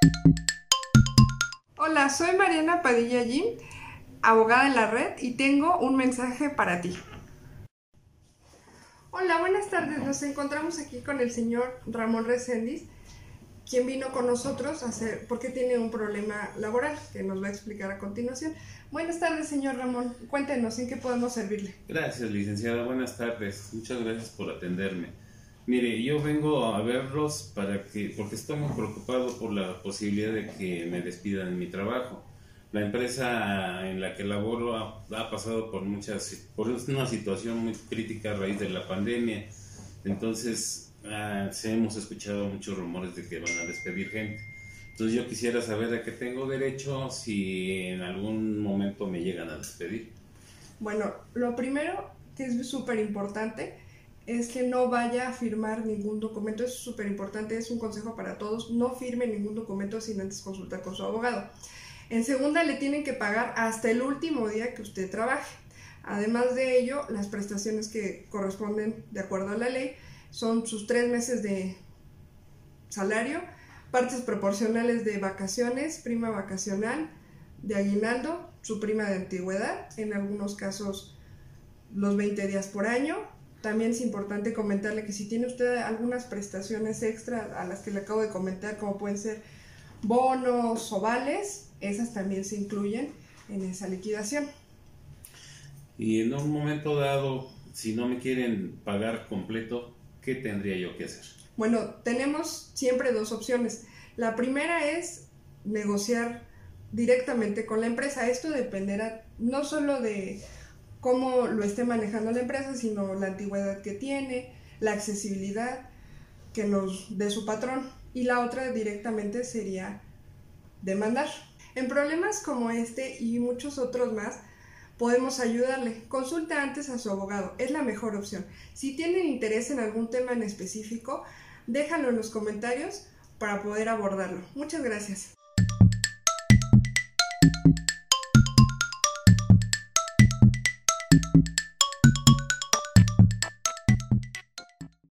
Hola, soy Mariana Padilla Jim, abogada en la red, y tengo un mensaje para ti. Hola, buenas tardes. Nos encontramos aquí con el señor Ramón Reséndiz, quien vino con nosotros porque tiene un problema laboral que nos va a explicar a continuación. Buenas tardes, señor Ramón. Cuéntenos en qué podemos servirle. Gracias, licenciada. Buenas tardes. Muchas gracias por atenderme. Mire, yo vengo a verlos porque estoy muy preocupado por la posibilidad de que me despidan en mi trabajo. La empresa en la que laboro ha pasado por una situación muy crítica a raíz de la pandemia. Entonces, hemos escuchado muchos rumores de que van a despedir gente. Entonces, yo quisiera saber a qué tengo derecho si en algún momento me llegan a despedir. Bueno, lo primero que es súper importante es que no vaya a firmar ningún documento. Es súper importante, es un consejo para todos. No firme ningún documento sin antes consultar con su abogado. En segunda, le tienen que pagar hasta el último día que usted trabaje. Además de ello, las prestaciones que corresponden de acuerdo a la ley son sus 3 meses de salario, partes proporcionales de vacaciones, prima vacacional, de aguinaldo, su prima de antigüedad, en algunos casos los 20 días por año. También es importante comentarle que si tiene usted algunas prestaciones extra a las que le acabo de comentar, como pueden ser bonos o vales, esas también se incluyen en esa liquidación. Y en un momento dado, si no me quieren pagar completo, ¿qué tendría yo que hacer? Bueno, tenemos siempre dos opciones. La primera es negociar directamente con la empresa. Esto dependerá no solo de cómo lo esté manejando la empresa, sino la antigüedad que tiene, la accesibilidad que nos dé su patrón. Y la otra directamente sería demandar. En problemas como este y muchos otros más, podemos ayudarle. Consulte antes a su abogado, es la mejor opción. Si tienen interés en algún tema en específico, déjalo en los comentarios para poder abordarlo. Muchas gracias.